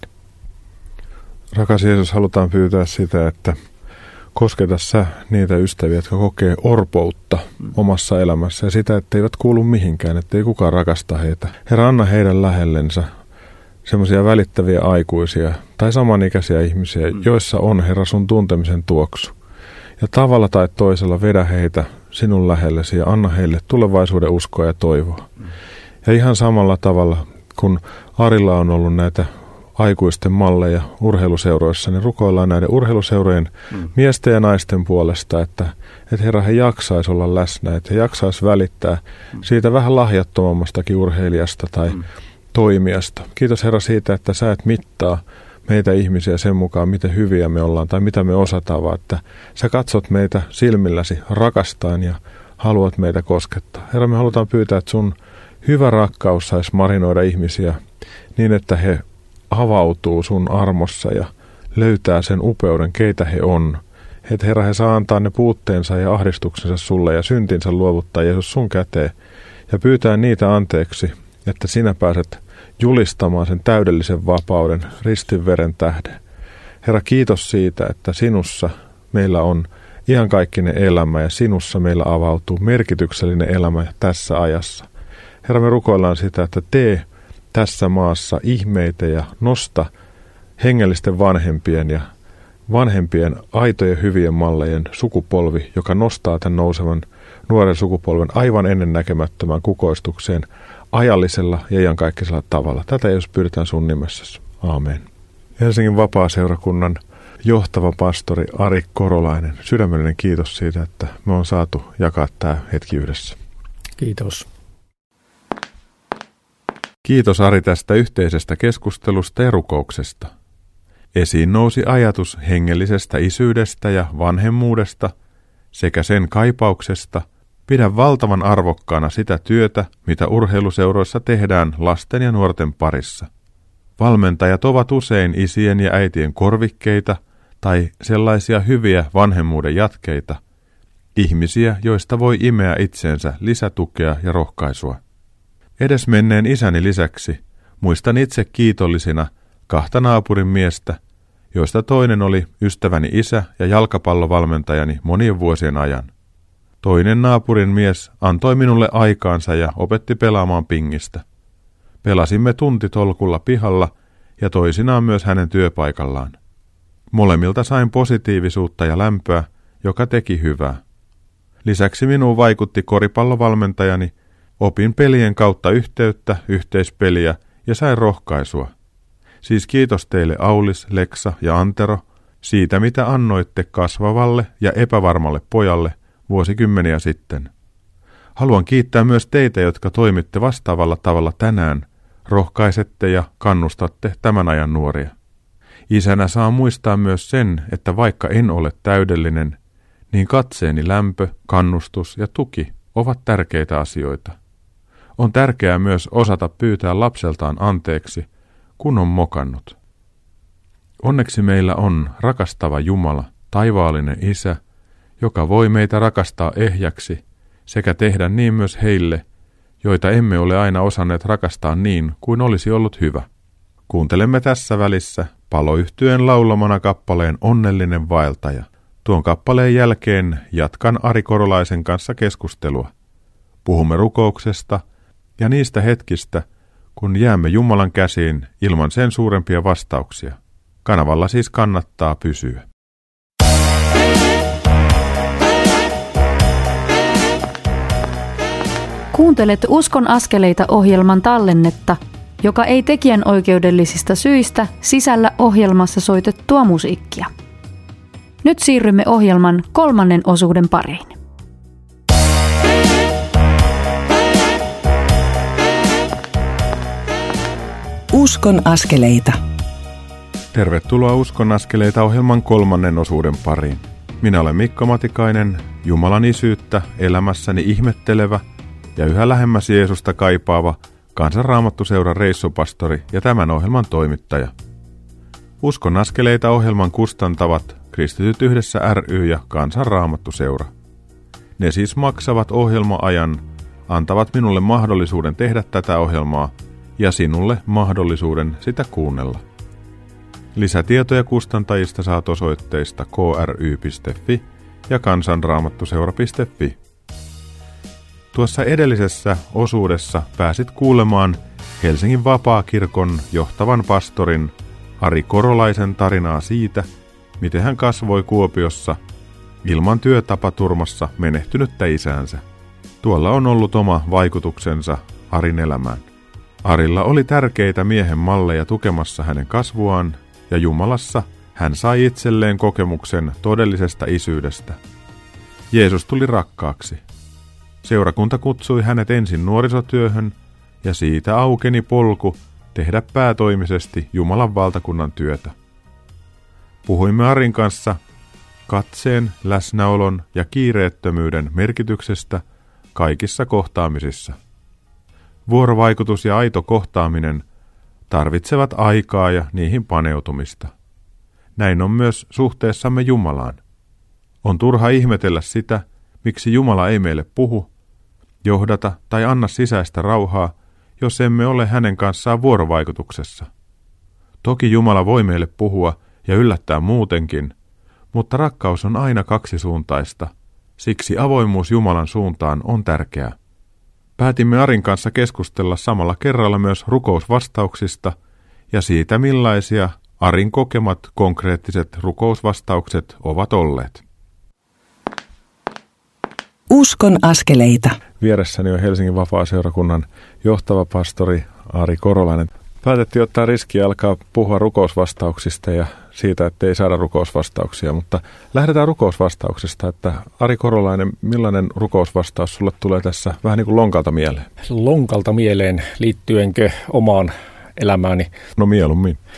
Rakas Jeesus, halutaan pyytää sitä, että kosketa sä niitä ystäviä, jotka kokee orpoutta omassa elämässä ja sitä, että eivät kuulu mihinkään, ettei kukaan rakasta heitä. Herra, anna heidän lähellensä semmoisia välittäviä aikuisia tai samanikäisiä ihmisiä, joissa on, Herra, sun tuntemisen tuoksu. Ja tavalla tai toisella vedä heitä sinun lähellesi ja anna heille tulevaisuuden uskoa ja toivoa. Ja ihan samalla tavalla, kun Arilla on ollut näitä aikuisten malleja urheiluseuroissa, niin rukoillaan näiden urheiluseurojen miesten ja naisten puolesta, että Herra, he jaksaisi olla läsnä, että he jaksaisi välittää siitä vähän lahjattomammastakin urheilijasta tai toimijasta. Kiitos Herra siitä, että sä et mittaa meitä ihmisiä sen mukaan, miten hyviä me ollaan tai mitä me osataan, vaan että sä katsot meitä silmilläsi rakastaen ja haluat meitä koskettaa. Herra, me halutaan pyytää, että sun hyvä rakkaus saisi marinoida ihmisiä niin, että he avautuu sun armossa ja löytää sen upeuden, keitä he on. Että Herra, he saa antaa ne puutteensa ja ahdistuksensa sulle ja syntinsä luovuttaa Jeesus sun käteen ja pyytää niitä anteeksi, että sinä pääset julistamaan sen täydellisen vapauden ristin veren tähden. Herra, kiitos siitä, että sinussa meillä on iankaikkinen elämä ja sinussa meillä avautuu merkityksellinen elämä tässä ajassa. Herra, me rukoillaan sitä, että tee tässä maassa ihmeitä ja nosta hengellisten vanhempien ja vanhempien aitojen hyvien mallejen sukupolvi, joka nostaa tämän nousevan nuoren sukupolven aivan ennennäkemättömään kukoistukseen ajallisella ja iankaikkisella tavalla. Tätä jos pyydetään sun nimessäsi. Aamen. Helsingin Vapaaseurakunnan johtava pastori Ari Korolainen, sydämellinen kiitos siitä, että me on saatu jakaa tämä hetki yhdessä. Kiitos. Kiitos Ari tästä yhteisestä keskustelusta ja rukouksesta. Esiin nousi ajatus hengellisestä isyydestä ja vanhemmuudesta sekä sen kaipauksesta pidä valtavan arvokkaana sitä työtä, mitä urheiluseuroissa tehdään lasten ja nuorten parissa. Valmentajat ovat usein isien ja äitien korvikkeita tai sellaisia hyviä vanhemmuuden jatkeita, ihmisiä, joista voi imeä itseensä lisätukea ja rohkaisua. Edesmenneen isäni lisäksi muistan itse kiitollisina 2 naapurin miestä, joista toinen oli ystäväni isä ja jalkapallovalmentajani monien vuosien ajan. Toinen naapurin mies antoi minulle aikaansa ja opetti pelaamaan pingistä. Pelasimme tuntitolkulla pihalla ja toisinaan myös hänen työpaikallaan. Molemmilta sain positiivisuutta ja lämpöä, joka teki hyvää. Lisäksi minuun vaikutti koripallovalmentajani, opin pelien kautta yhteyttä, yhteispeliä ja sain rohkaisua. Siis kiitos teille Aulis, Leksa ja Antero siitä, mitä annoitte kasvavalle ja epävarmalle pojalle vuosikymmeniä sitten. Haluan kiittää myös teitä, jotka toimitte vastaavalla tavalla tänään, rohkaisette ja kannustatte tämän ajan nuoria. Isänä saa muistaa myös sen, että vaikka en ole täydellinen, niin katseeni lämpö, kannustus ja tuki ovat tärkeitä asioita. On tärkeää myös osata pyytää lapseltaan anteeksi, kun on mokannut. Onneksi meillä on rakastava Jumala, taivaallinen Isä, joka voi meitä rakastaa ehjäksi sekä tehdä niin myös heille, joita emme ole aina osanneet rakastaa niin kuin olisi ollut hyvä. Kuuntelemme tässä välissä Paloyhtyeen laulamana kappaleen Onnellinen vaeltaja. Tuon kappaleen jälkeen jatkan Ari Korolaisen kanssa keskustelua. Puhumme rukouksesta ja niistä hetkistä, kun jäämme Jumalan käsiin ilman sen suurempia vastauksia. Kanavalla siis kannattaa pysyä. Kuuntelet Uskon askeleita -ohjelman tallennetta, joka ei tekijänoikeudellisista syistä sisällä ohjelmassa soitettua musiikkia. Nyt siirrymme ohjelman 3. osuuden pariin. Uskon askeleita. Tervetuloa Uskon askeleita -ohjelman 3. osuuden pariin. Minä olen Mikko Matikainen, Jumalan isyyttä elämässäni ihmettelevä ja yhä lähemmäs Jeesusta kaipaava Kansan Raamattuseuran reissupastori ja tämän ohjelman toimittaja. Uskon askeleita -ohjelman kustantavat Kristityt yhdessä ry ja Kansan Raamattuseura. Ne siis maksavat ohjelma-ajan, antavat minulle mahdollisuuden tehdä tätä ohjelmaa ja sinulle mahdollisuuden sitä kuunnella. Lisätietoja kustantajista saat osoitteista kry.fi ja kansanraamattuseura.fi. Tuossa edellisessä osuudessa pääsit kuulemaan Helsingin Vapaakirkon johtavan pastorin Ari Korolaisen tarinaa siitä, miten hän kasvoi Kuopiossa ilman työtapaturmassa menehtynyttä isäänsä. Tuolla on ollut oma vaikutuksensa Arin elämään. Arilla oli tärkeitä miehen malleja tukemassa hänen kasvuaan, ja Jumalassa hän sai itselleen kokemuksen todellisesta isyydestä. Jeesus tuli rakkaaksi. Seurakunta kutsui hänet ensin nuorisotyöhön, ja siitä aukeni polku tehdä päätoimisesti Jumalan valtakunnan työtä. Puhuimme Arin kanssa katseen, läsnäolon ja kiireettömyyden merkityksestä kaikissa kohtaamisissa. Vuorovaikutus ja aito kohtaaminen tarvitsevat aikaa ja niihin paneutumista. Näin on myös suhteessamme Jumalaan. On turha ihmetellä sitä, miksi Jumala ei meille puhu, johdata tai anna sisäistä rauhaa, jos emme ole hänen kanssaan vuorovaikutuksessa. Toki Jumala voi meille puhua ja yllättää muutenkin, mutta rakkaus on aina kaksisuuntaista, siksi avoimuus Jumalan suuntaan on tärkeää. Päätimme Arin kanssa keskustella samalla kerralla myös rukousvastauksista ja siitä, millaisia Arin kokemat konkreettiset rukousvastaukset ovat olleet. Uskon askeleita. Vieressäni on Helsingin Vapaa-seurakunnan johtava pastori Ari Korolainen. Päätettiin ottaa riskiä alkaa puhua rukousvastauksista ja siitä, että ei saada rukousvastauksia, mutta lähdetään rukousvastauksesta, että Ari Korolainen, millainen rukousvastaus sulle tulee tässä vähän niin kuin lonkalta mieleen? Lonkalta mieleen liittyenkö omaan elämääni? No mieluummin.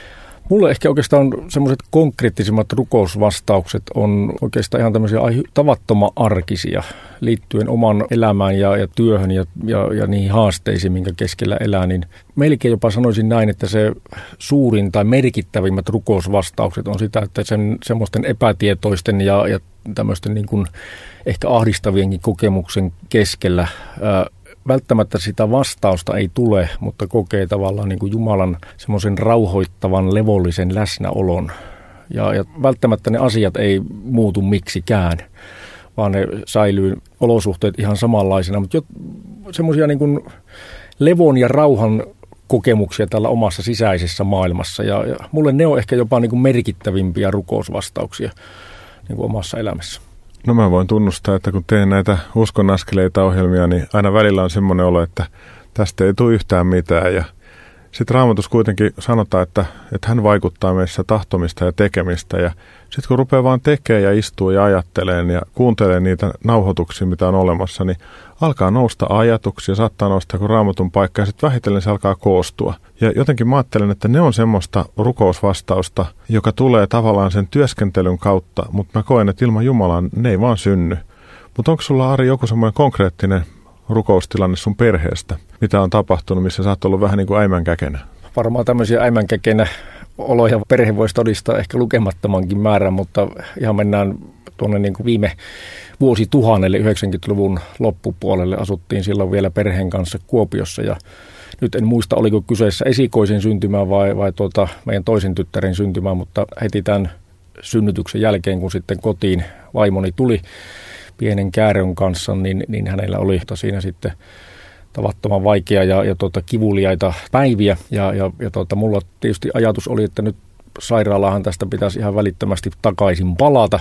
Mulle ehkä oikeastaan semmoiset konkreettisimmat rukousvastaukset on oikeastaan ihan tämmöisiä tavattoman arkisia liittyen oman elämään ja työhön ja niihin haasteisiin, minkä keskellä elää. Niin melkein jopa sanoisin näin, että se suurin tai merkittävimmät rukousvastaukset on sitä, että semmoisten epätietoisten ja tämmöisten niin kuin ehkä ahdistavienkin kokemuksen keskellä välttämättä sitä vastausta ei tule, mutta kokee tavallaan niin kuin Jumalan semmoisen rauhoittavan, levollisen läsnäolon. Ja välttämättä ne asiat ei muutu miksikään, vaan ne säilyy olosuhteet ihan samanlaisena. Mutta semmoisia niin kuin levon ja rauhan kokemuksia tällä omassa sisäisessä maailmassa. Ja mulle ne on ehkä jopa niin kuin merkittävimpiä rukousvastauksia niin kuin omassa elämässä. No mä voin tunnustaa, että kun teen näitä Uskon askeleita -ohjelmia, niin aina välillä on semmoinen olo, että tästä ei tule yhtään mitään. Ja sitten Raamatussa kuitenkin sanotaan, että hän vaikuttaa meissä tahtomista ja tekemistä. Ja sitten kun rupeaa vaan tekemään ja istuu ja ajattelee ja kuuntelee niitä nauhoituksia, mitä on olemassa, niin alkaa nousta ajatuksia, saattaa nousta joku Raamatun paikka ja sitten vähitellen se alkaa koostua. Ja jotenkin mä ajattelen, että ne on semmoista rukousvastausta, joka tulee tavallaan sen työskentelyn kautta, mutta mä koen, että ilman Jumalaa ne ei vaan synny. Mutta onko sulla, Ari, joku semmoinen konkreettinen rukoustilanne sun perheestä, mitä on tapahtunut, missä sä oot ollut vähän niin kuin äimänkäkenä? Varmaan tämmöisiä äimänkäkenä oloja perhe voisi todistaa ehkä lukemattomankin määrän, mutta ihan mennään tuonne niin kuin viime vuosituhannelle 90-luvun loppupuolelle. Asuttiin silloin vielä perheen kanssa Kuopiossa ja nyt en muista, oliko kyseessä esikoisen syntymä vai meidän toisen tyttären syntymä, mutta heti tämän synnytyksen jälkeen, kun sitten kotiin vaimoni tuli pienen käärön kanssa, niin hänellä oli siinä sitten tavattoman vaikea ja kivuliaita päiviä. Ja mulla tietysti ajatus oli, että nyt sairaalahan tästä pitäisi ihan välittömästi takaisin palata.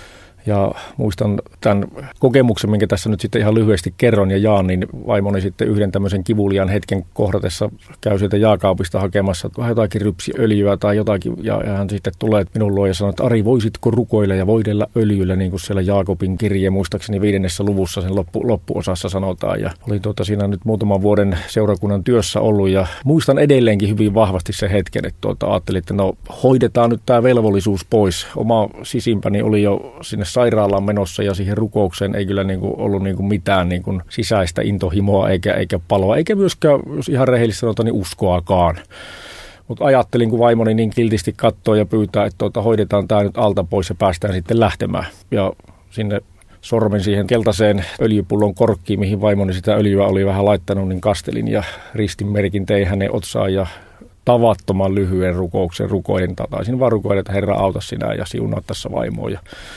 Ja muistan tämän kokemuksen, minkä tässä nyt sitten ihan lyhyesti kerron ja jaan, niin vaimoni sitten yhden tämmöisen kivuliaan hetken kohdatessa käy sieltä jaakaupista hakemassa vähän jotakin rypsiöljyä tai jotakin. Ja hän sitten tulee minun luo ja sanoo, että Ari, voisitko rukoilla ja voidella öljyllä, niin kuin siellä Jaakobin kirje, muistaakseni 5. luvussa sen loppuosassa sanotaan. Ja olin siinä nyt muutaman vuoden seurakunnan työssä ollut ja muistan edelleenkin hyvin vahvasti sen hetken, että ajattelin, että no hoidetaan nyt tämä velvollisuus pois. Oma sisimpäni oli jo sinne sairaalaan menossa ja siihen rukoukseen ei kyllä ollut mitään sisäistä intohimoa eikä paloa, eikä myöskään, jos ihan rehellisesti sanotaan, niin uskoakaan. Mutta ajattelin, kun vaimoni niin kiltisti katsoo ja pyytää, että hoidetaan tämä nyt alta pois ja päästään sitten lähtemään. Ja sinne sormen siihen keltaiseen öljypullon korkkiin, mihin vaimoni sitä öljyä oli vähän laittanut, niin kastelin ja ristinmerkin tein hänen otsaan ja tavattoman lyhyen rukouksen rukoilin. Taisin vaan rukoilla, että Herra auta sinä ja siunaa tässä vaimoa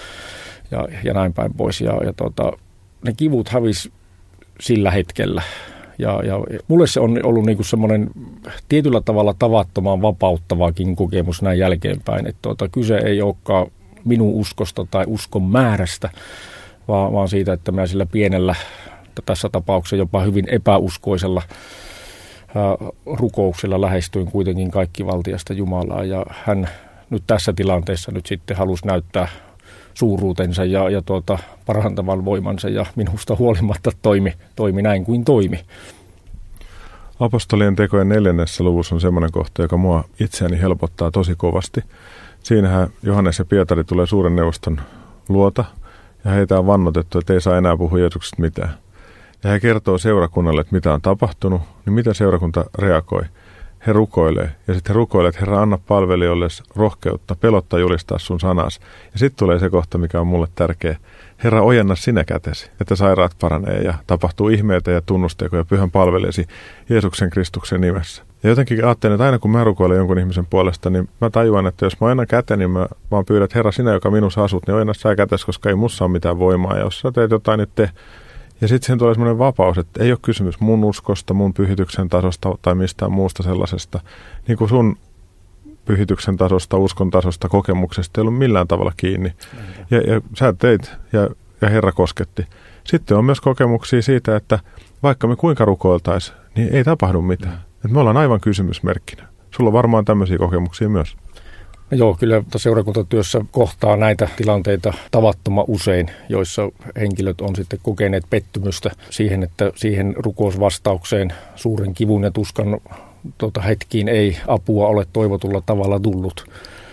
ja näin päin pois. Ja ne kivut hävisi sillä hetkellä. Ja mulle se on ollut niinku semmoinen tietyllä tavalla tavattoman vapauttavakin kokemus näin jälkeenpäin. Että kyse ei olekaan minun uskosta tai uskon määrästä, vaan siitä, että mä sillä pienellä, tässä tapauksessa jopa hyvin epäuskoisella rukouksella lähestyin kuitenkin kaikkivaltiasta Jumalaa. Ja hän nyt tässä tilanteessa nyt sitten halusi näyttää suuruutensa ja parantavan voimansa ja minusta huolimatta toimi näin kuin toimi. Apostolien tekojen 4. luvussa on semmoinen kohta, joka mua itseäni helpottaa tosi kovasti. Siinähän Johannes ja Pietari tulee suuren neuvoston luota ja heitä on vannotettu, että ei saa enää puhua Jeesuksesta mitään. Ja he kertoo seurakunnalle, että mitä on tapahtunut, niin mitä seurakunta reagoi. He rukoilee ja sitten he rukoilee, että Herra, anna palvelijoille rohkeutta, pelottaa julistaa sun sanas. Ja sitten tulee se kohta, mikä on mulle tärkeä. Herra, ojenna sinä kätesi, että sairaat paranee ja tapahtuu ihmeitä ja tunnustekoja pyhän palvelisi Jeesuksen Kristuksen nimessä. Ja jotenkin ajattelen, että aina kun mä rukoilen jonkun ihmisen puolesta, niin mä tajuan, että jos mä ojennan käteni, niin mä vaan pyydän, että Herra, sinä, joka minussa asut, niin ojenna sä kätesi, koska ei mussa ole mitään voimaa. Ja jos sä teet jotain, nyt tee. Ja sitten siihen tulee semmoinen vapaus, että ei ole kysymys mun uskosta, mun pyhityksen tasosta tai mistään muusta sellaisesta. Niin kuin sun pyhityksen tasosta, uskon tasosta, kokemuksesta ei ollut millään tavalla kiinni. Ja sä teit ja Herra kosketti. Sitten on myös kokemuksia siitä, että vaikka me kuinka rukoiltaisiin, niin ei tapahdu mitään. Että me ollaan aivan kysymysmerkkinä. Sulla on varmaan tämmöisiä kokemuksia myös. No joo, kyllä seurakuntatyössä kohtaa näitä tilanteita tavattoman usein, joissa henkilöt on sitten kokeneet pettymystä siihen, että siihen rukousvastaukseen suuren kivun ja tuskan hetkiin ei apua ole toivotulla tavalla tullut.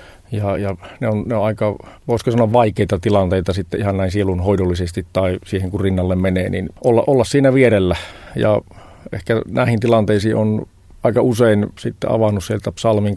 Ja ne on aika, voisiko sanoa, vaikeita tilanteita sitten ihan näin sielunhoidollisesti tai siihen kun rinnalle menee, niin olla siinä vierellä. Ja ehkä näihin tilanteisiin on aika usein sitten avannut sieltä psalmin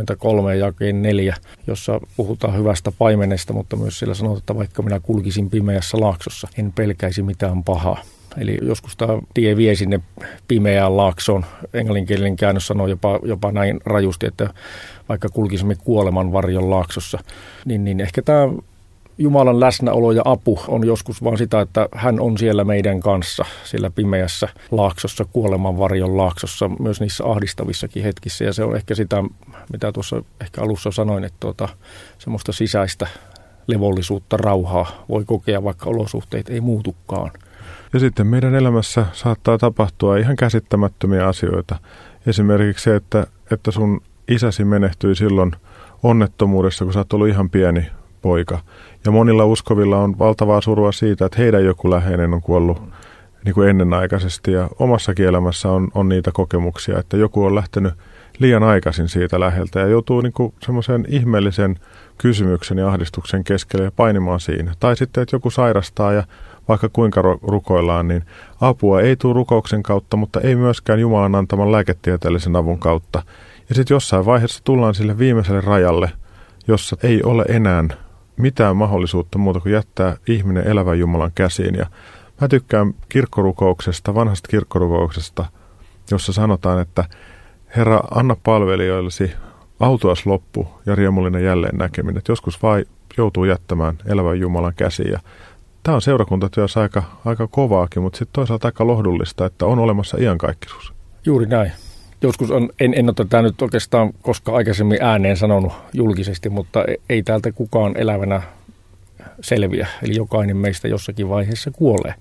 23 jakeen 4, jossa puhutaan hyvästä paimenesta, mutta myös siellä sanotaan, että vaikka minä kulkisin pimeässä laaksossa, en pelkäisi mitään pahaa. Eli joskus tämä tie vie sinne pimeään laaksoon. Englanninkielinen käännös sanoo jopa näin rajusti, että vaikka kulkisimme kuoleman varjon laaksossa, niin ehkä tämä Jumalan läsnäolo ja apu on joskus vaan sitä, että hän on siellä meidän kanssa, siellä pimeässä laaksossa, kuoleman varjon laaksossa, myös niissä ahdistavissakin hetkissä. Ja se on ehkä sitä, mitä tuossa ehkä alussa sanoin, että semmoista sisäistä levollisuutta, rauhaa voi kokea, vaikka olosuhteet ei muutukaan. Ja sitten meidän elämässä saattaa tapahtua ihan käsittämättömiä asioita. Esimerkiksi se, että sun isäsi menehtyi silloin onnettomuudessa, kun sä oot ollut ihan pieni poika. Ja monilla uskovilla on valtavaa surua siitä, että heidän joku läheinen on kuollut niin kuin ennenaikaisesti. Ja omassakin elämässä on niitä kokemuksia, että joku on lähtenyt liian aikaisin siitä läheltä ja joutuu niin kuin semmoisen ihmeellisen kysymyksen ja ahdistuksen keskelle ja painimaan siinä. Tai sitten, että joku sairastaa ja vaikka kuinka rukoillaan, niin apua ei tule rukouksen kautta, mutta ei myöskään Jumalan antaman lääketieteellisen avun kautta. Ja sitten jossain vaiheessa tullaan sille viimeiselle rajalle, jossa ei ole enää mitään mahdollisuutta muuta kuin jättää ihminen elävän Jumalan käsiin. Ja mä tykkään kirkkorukouksesta, vanhasta kirkkorukouksesta, jossa sanotaan, että Herra, anna palvelijoillesi autuas loppu ja riemullinen jälleen näkeminen. Että joskus vaan joutuu jättämään elävän Jumalan käsiin. Ja tämä on seurakuntatyössä aika kovaakin, mutta sitten toisaalta aika lohdullista, että on olemassa iankaikkisuus. Juuri näin. Joskus en ole tätä nyt oikeastaan koskaan aikaisemmin ääneen sanonut julkisesti, mutta ei täältä kukaan elävänä selviä. Eli jokainen meistä jossakin vaiheessa kuolee.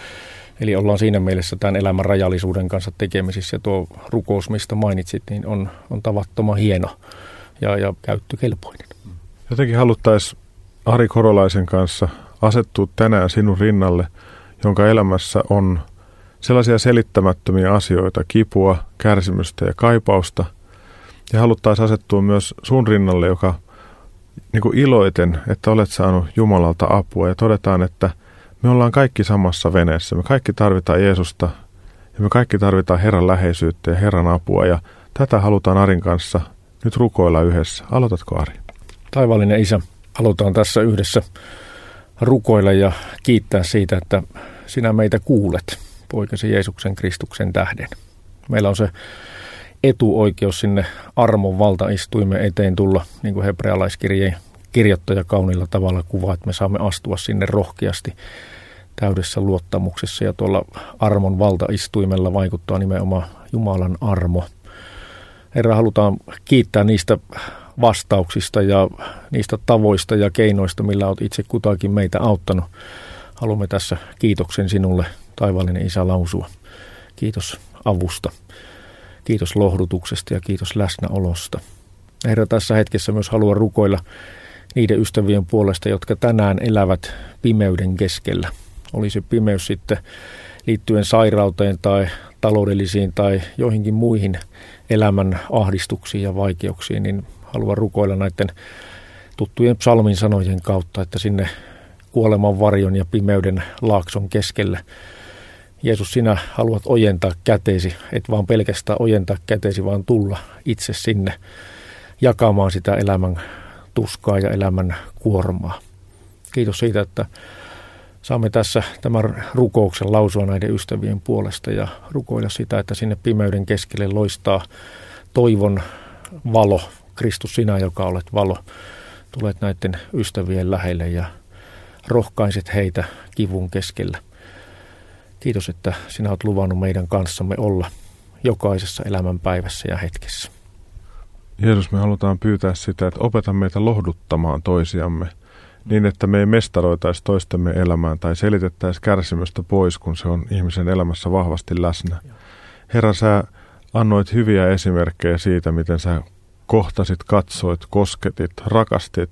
Eli ollaan siinä mielessä tämän elämän rajallisuuden kanssa tekemisissä. Ja tuo rukous, mistä mainitsit, niin on tavattoman hieno ja käyttökelpoinen. Jotenkin haluttaisiin Ari Korolaisen kanssa asettua tänään sinun rinnalle, jonka elämässä on sellaisia selittämättömiä asioita, kipua, kärsimystä ja kaipausta. Ja haluttaisiin asettua myös sun rinnalle, joka niin kuin iloiten, että olet saanut Jumalalta apua. Ja todetaan, että me ollaan kaikki samassa veneessä. Me kaikki tarvitaan Jeesusta ja me kaikki tarvitaan Herran läheisyyttä ja Herran apua. Ja tätä halutaan Arin kanssa nyt rukoilla yhdessä. Aloitatko, Ari? Taivaallinen Isä, aloitetaan tässä yhdessä rukoilla ja kiittää siitä, että sinä meitä kuulet, poikasi Jeesuksen Kristuksen tähden. Meillä on se etuoikeus sinne armon valtaistuimen eteen tulla, niin kuin hebrealaiskirjeen kirjoittaja kauniilla tavalla kuvaa, että me saamme astua sinne rohkeasti täydessä luottamuksessa. Ja tuolla armon valtaistuimella vaikuttaa nimenomaan Jumalan armo. Herra, halutaan kiittää niistä vastauksista ja niistä tavoista ja keinoista, millä olet itse kutakin meitä auttanut. Haluamme tässä kiitoksen sinulle, taivaallinen Isä, lausua. Kiitos avusta, kiitos lohdutuksesta ja kiitos läsnäolosta. Herra, tässä hetkessä myös haluan rukoilla niiden ystävien puolesta, jotka tänään elävät pimeyden keskellä. Oli se pimeys sitten liittyen sairauteen tai taloudellisiin tai joihinkin muihin elämän ahdistuksiin ja vaikeuksiin, niin haluan rukoilla näiden tuttujen psalmin sanojen kautta, että sinne kuoleman varjon ja pimeyden laakson keskelle Jeesus, sinä haluat ojentaa käteesi, et vaan pelkästään ojentaa käteesi, vaan tulla itse sinne jakamaan sitä elämän tuskaa ja elämän kuormaa. Kiitos siitä, että saamme tässä tämän rukouksen lausua näiden ystävien puolesta ja rukoilla sitä, että sinne pimeyden keskelle loistaa toivon valo. Kristus, sinä, joka olet valo, tulet näiden ystävien lähelle ja rohkaiset heitä kivun keskellä. Kiitos, että sinä olet luvannut meidän kanssamme olla jokaisessa elämänpäivässä ja hetkessä. Jeesus, me halutaan pyytää sitä, että opeta meitä lohduttamaan toisiamme niin, että me ei mestaroitaisi toistemme elämään tai selitettäisi kärsimystä pois, kun se on ihmisen elämässä vahvasti läsnä. Herra, sä annoit hyviä esimerkkejä siitä, miten sä kohtasit, katsoit, kosketit, rakastit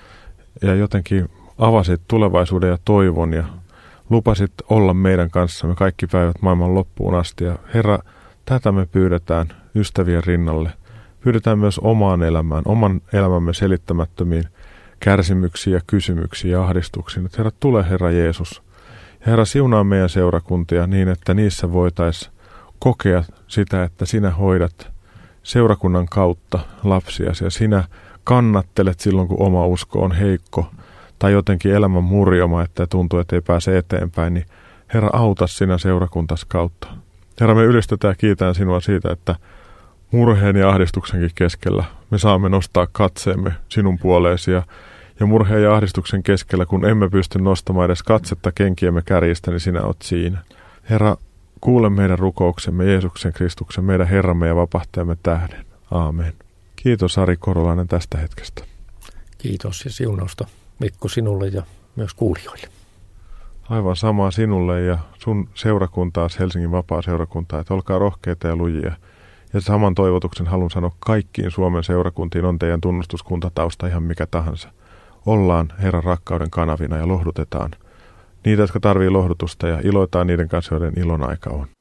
ja jotenkin avasit tulevaisuuden ja toivon ja lupasit olla meidän kanssamme kaikki päivät maailman loppuun asti. Ja Herra, tätä me pyydetään ystävien rinnalle. Pyydetään myös omaan elämään, oman elämämme selittämättömiin kärsimyksiin ja kysymyksiin ja ahdistuksiin. Että Herra, tule Herra Jeesus. Ja Herra, siunaa meidän seurakuntia niin, että niissä voitaisiin kokea sitä, että sinä hoidat seurakunnan kautta lapsiasi ja sinä kannattelet silloin, kun oma usko on heikko tai jotenkin elämän murjoma, että tuntuu, että ei pääse eteenpäin, niin Herra, auta sinä seurakuntas kautta. Herra, me ylistetään ja kiitään sinua siitä, että murheen ja ahdistuksenkin keskellä me saamme nostaa katseemme sinun puoleesi ja murheen ja ahdistuksen keskellä, kun emme pysty nostamaan edes katsetta kenkiemme kärjistä, niin sinä olet siinä. Herra, kuule meidän rukouksemme Jeesuksen Kristuksen, meidän Herramme ja vapahtajamme tähden. Aamen. Kiitos Ari Korolainen tästä hetkestä. Kiitos ja siunausta Mikko sinulle ja myös kuulijoille. Aivan samaa sinulle ja sun seurakuntaas, Helsingin vapaa-seurakuntaa, että olkaa rohkeita ja lujia. Ja saman toivotuksen haluan sanoa kaikkiin Suomen seurakuntiin, on teidän tunnustuskuntatausta ihan mikä tahansa. Ollaan Herran rakkauden kanavina ja lohdutetaan niitä, jotka tarvitsee lohdutusta ja iloitaan niiden kanssa, joiden ilon aika on.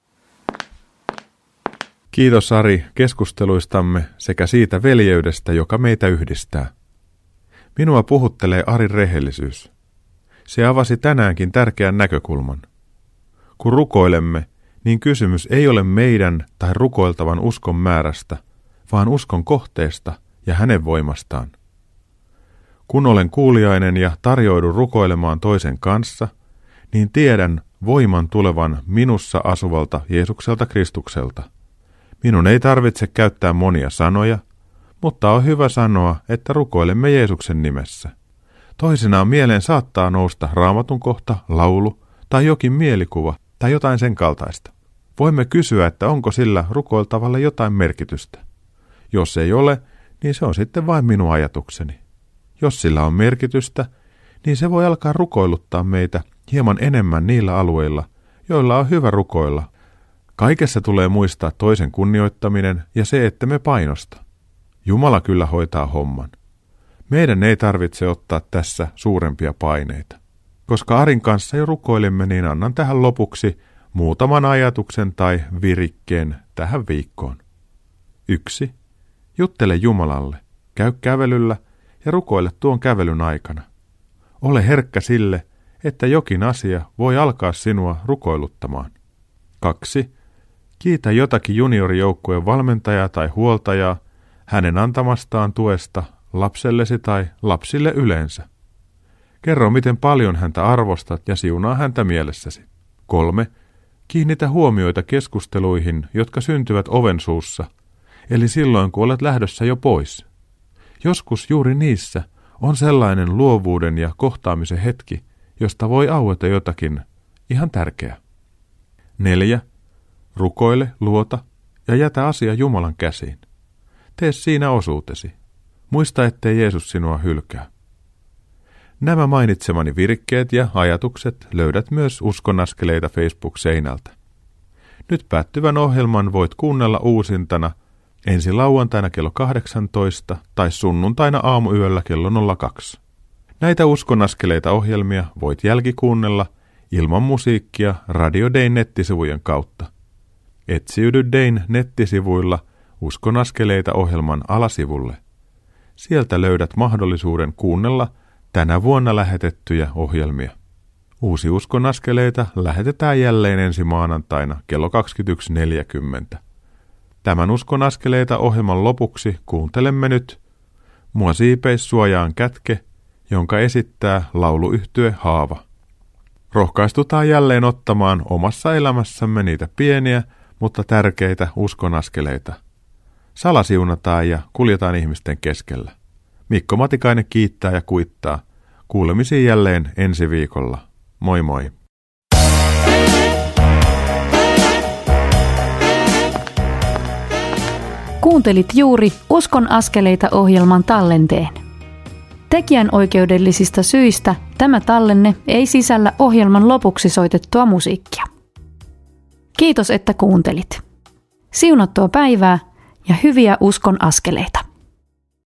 Kiitos Ari keskusteluistamme sekä siitä veljeydestä, joka meitä yhdistää. Minua puhuttelee Arin rehellisyys. Se avasi tänäänkin tärkeän näkökulman. Kun rukoilemme, niin kysymys ei ole meidän tai rukoiltavan uskon määrästä, vaan uskon kohteesta ja hänen voimastaan. Kun olen kuuliainen ja tarjoudun rukoilemaan toisen kanssa, niin tiedän voiman tulevan minussa asuvalta Jeesukselta Kristukselta. Minun ei tarvitse käyttää monia sanoja, mutta on hyvä sanoa, että rukoilemme Jeesuksen nimessä. Toisinaan mieleen saattaa nousta Raamatun kohta, laulu tai jokin mielikuva tai jotain sen kaltaista. Voimme kysyä, että onko sillä rukoiltavalla jotain merkitystä. Jos ei ole, niin se on sitten vain minun ajatukseni. Jos sillä on merkitystä, niin se voi alkaa rukoiluttaa meitä hieman enemmän niillä alueilla, joilla on hyvä rukoilla. Kaikessa tulee muistaa toisen kunnioittaminen ja se, että me painosta. Jumala kyllä hoitaa homman. Meidän ei tarvitse ottaa tässä suurempia paineita. Koska Arin kanssa jo rukoilemme, niin annan tähän lopuksi muutaman ajatuksen tai virikkeen tähän viikkoon. 1. Juttele Jumalalle. Käy kävelyllä ja rukoile tuon kävelyn aikana. Ole herkkä sille, että jokin asia voi alkaa sinua rukoiluttamaan. 2. Kiitä jotakin juniorijoukkueen valmentajaa tai huoltajaa hänen antamastaan tuesta lapsellesi tai lapsille yleensä. Kerro, miten paljon häntä arvostat ja siunaa häntä mielessäsi. 3. Kiinnitä huomioita keskusteluihin, jotka syntyvät oven suussa, eli silloin, kun olet lähdössä jo pois. Joskus juuri niissä on sellainen luovuuden ja kohtaamisen hetki, josta voi aueta jotakin ihan tärkeää. 4. Rukoile, luota ja jätä asia Jumalan käsiin. Tee siinä osuutesi. Muista, ettei Jeesus sinua hylkää. Nämä mainitsemani virkkeet ja ajatukset löydät myös Uskon askeleita Facebook-seinältä. Nyt päättyvän ohjelman voit kuunnella uusintana ensi lauantaina kello 18 tai sunnuntaina aamuyöllä kello 02. Näitä Uskon askeleita ohjelmia voit jälkikuunnella ilman musiikkia Radio Dayn nettisivujen kautta. Etsiydy Dayn nettisivuilla Uskon askeleita ohjelman alasivulle. Sieltä löydät mahdollisuuden kuunnella tänä vuonna lähetettyjä ohjelmia. Uusi Uskon askeleita lähetetään jälleen ensi maanantaina kello 21.40. Tämän Uskon askeleita ohjelman lopuksi kuuntelemme nyt Mua siipeissuojaan kätke, jonka esittää lauluyhtye Haava. Rohkaistutaan jälleen ottamaan omassa elämässämme niitä pieniä, mutta tärkeitä uskon askeleita. Salasiunataan ja kuljetaan ihmisten keskellä. Mikko Matikainen kiittää ja kuittaa. Kuulemisiin jälleen ensi viikolla. Moi moi! Kuuntelit juuri Uskon askeleita -ohjelman tallenteen. Tekijän oikeudellisista syistä tämä tallenne ei sisällä ohjelman lopuksi soitettua musiikkia. Kiitos, että kuuntelit. Siunattua päivää ja hyviä uskon askeleita.